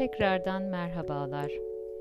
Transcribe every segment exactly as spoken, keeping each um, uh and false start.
Tekrardan merhabalar.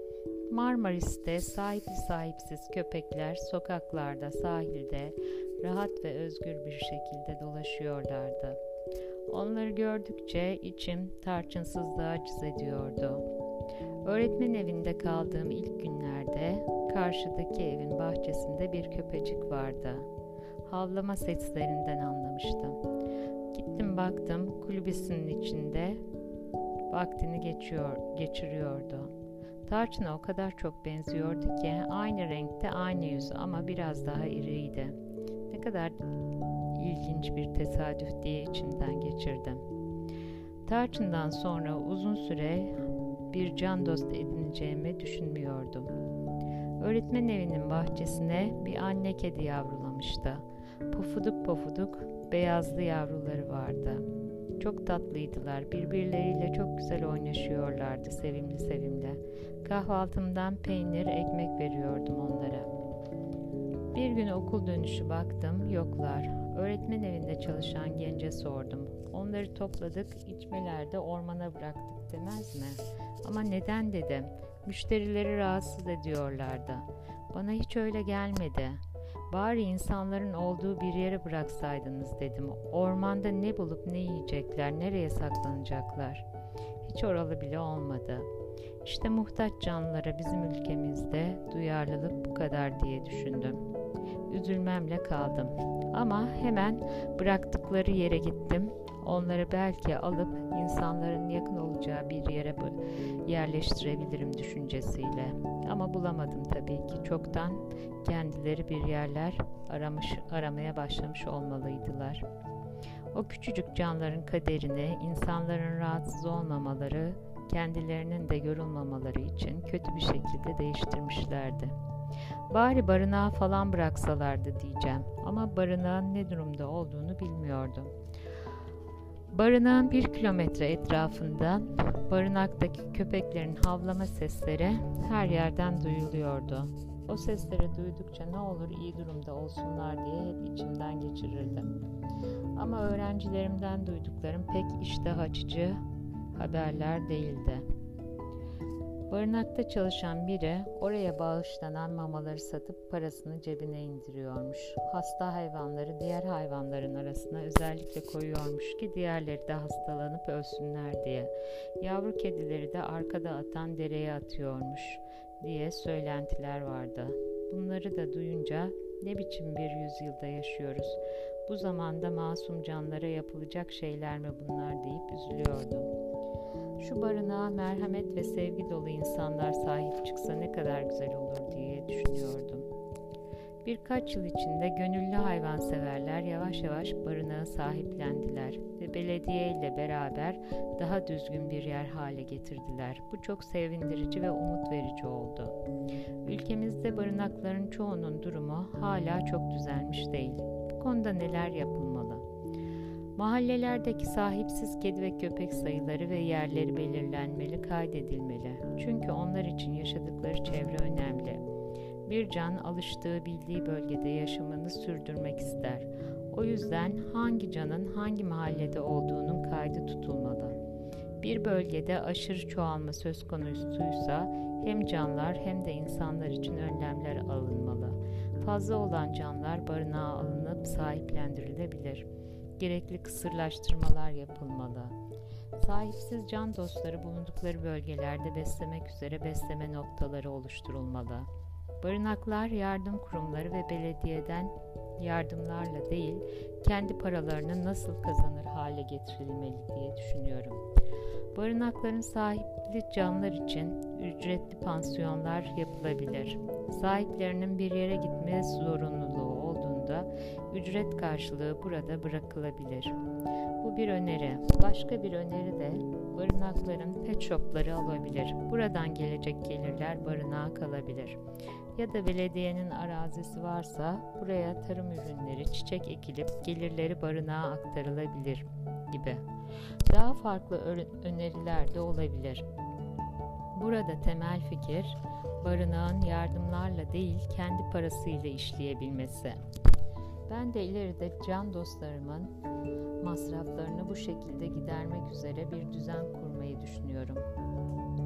Marmaris'te sahipli sahipsiz köpekler sokaklarda, sahilde rahat ve özgür bir şekilde dolaşıyorlardı. Onları gördükçe içim tarçınsızlığa cız ediyordu. Öğretmen evinde kaldığım ilk günlerde karşıdaki evin bahçesinde bir köpecik vardı. Havlama seslerinden anlamıştım. Gittim baktım kulübesinin içinde vaktini geçiyor, geçiriyordu. Tarçın'a o kadar çok benziyordu ki aynı renkte, aynı yüz ama biraz daha iriydi. Ne kadar ilginç bir tesadüf diye içimden geçirdim. Tarçın'dan sonra uzun süre bir can dost edineceğimi düşünmüyordum. Öğretmen evinin bahçesine bir anne kedi yavrulamıştı. Pofuduk pofuduk beyazlı yavruları vardı. Çok tatlıydılar. Birbirleriyle çok güzel oynaşıyorlardı sevimli sevimli. Kahvaltımdan peynir, ekmek veriyordum onlara. Bir gün okul dönüşü baktım, yoklar. Öğretmen evinde çalışan gence sordum. Onları topladık, içmelerde ormana bıraktık demez mi? Ama neden dedim. Müşterileri rahatsız ediyorlardı. Bana hiç öyle gelmedi. Bari insanların olduğu bir yere bıraksaydınız dedim. Ormanda ne bulup ne yiyecekler, nereye saklanacaklar? Hiç oralı bile olmadı. İşte muhtaç canlılara bizim ülkemizde duyarlılık bu kadar diye düşündüm. Üzülmemle kaldım. Ama hemen bıraktıkları yere gittim. Onları belki alıp insanların yakın olacağı bir yere yerleştirebilirim düşüncesiyle. Ama bulamadım tabii ki. Çoktan kendileri bir yerler aramış, aramaya başlamış olmalıydılar. O küçücük canların kaderini, insanların rahatsız olmamaları, kendilerinin de yorulmamaları için kötü bir şekilde değiştirmişlerdi. Bari barınağa falan bıraksalardı diyeceğim ama barınağın ne durumda olduğunu bilmiyordum. Barınağın bir kilometre etrafından barınaktaki köpeklerin havlama sesleri her yerden duyuluyordu. O sesleri duydukça ne olur iyi durumda olsunlar diye hep içimden geçirirdim. Ama öğrencilerimden duyduklarım pek iştah açıcı haberler değildi. Barınakta çalışan biri oraya bağışlanan mamaları satıp parasını cebine indiriyormuş. Hasta hayvanları diğer hayvanların arasına özellikle koyuyormuş ki diğerleri de hastalanıp ölsünler diye. Yavru kedileri de arkada atan dereye atıyormuş diye söylentiler vardı. Bunları da duyunca ne biçim bir yüzyılda yaşıyoruz? Bu zamanda masum canlara yapılacak şeyler mi bunlar deyip üzülüyordum. Şu barınağa merhamet ve sevgi dolu insanlar sahip çıksa ne kadar güzel olur diye düşünüyordum. Birkaç yıl içinde gönüllü hayvanseverler yavaş yavaş barınağı sahiplendiler ve belediye ile beraber daha düzgün bir yer hale getirdiler. Bu çok sevindirici ve umut verici oldu. Ülkemizde barınakların çoğunun durumu hala çok düzelmiş değil. Bu konuda neler yapılmalı? Mahallelerdeki sahipsiz kedi ve köpek sayıları ve yerleri belirlenmeli, kaydedilmeli. Çünkü onlar için yaşadıkları çevre önemli. Bir can alıştığı, bildiği bölgede yaşamını sürdürmek ister. O yüzden hangi canın hangi mahallede olduğunun kaydı tutulmalı. Bir bölgede aşırı çoğalma söz konusuysa hem canlar hem de insanlar için önlemler alınmalı. Fazla olan canlar barınağa alınıp sahiplendirilebilir. Gerekli kısırlaştırmalar yapılmalı. Sahipsiz can dostları bulundukları bölgelerde beslemek üzere besleme noktaları oluşturulmalı. Barınaklar yardım kurumları ve belediyeden yardımlarla değil, kendi paralarını nasıl kazanır hale getirilmeli diye düşünüyorum. Barınakların sahipli canlar için ücretli pansiyonlar yapılabilir. Sahiplerinin bir yere gitme zorunluluğu olduğunda ücret karşılığı burada bırakılabilir. Bu bir öneri. Başka bir öneri de barınakların pet shopları olabilir. Buradan gelecek gelirler barınağa kalabilir. Ya da belediyenin arazisi varsa buraya tarım ürünleri, çiçek ekilip gelirleri barınağa aktarılabilir gibi. Daha farklı öneriler de olabilir. Burada temel fikir barınağın yardımlarla değil kendi parasıyla işleyebilmesi. Ben de ileride can dostlarımın masraflarını bu şekilde gidermek üzere bir düzen kurmayı düşünüyorum.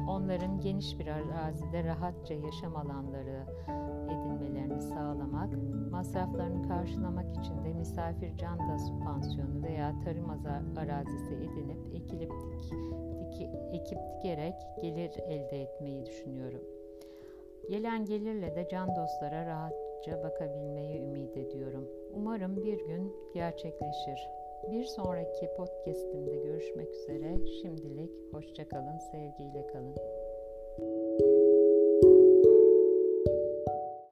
onların geniş bir arazide rahatça yaşam alanları edinmelerini sağlamak, masraflarını karşılamak için de misafir Candasu pansiyonu veya tarım arazisi edinip ekilip dik, dik, ekip dikerek gelir elde etmeyi düşünüyorum. Gelen gelirle de can dostlara rahatça bakabilmeyi ümit ediyorum. Umarım bir gün gerçekleşir. Bir sonraki podcast'imde görüşmek üzere. Şimdilik hoşça kalın, sevgiyle kalın.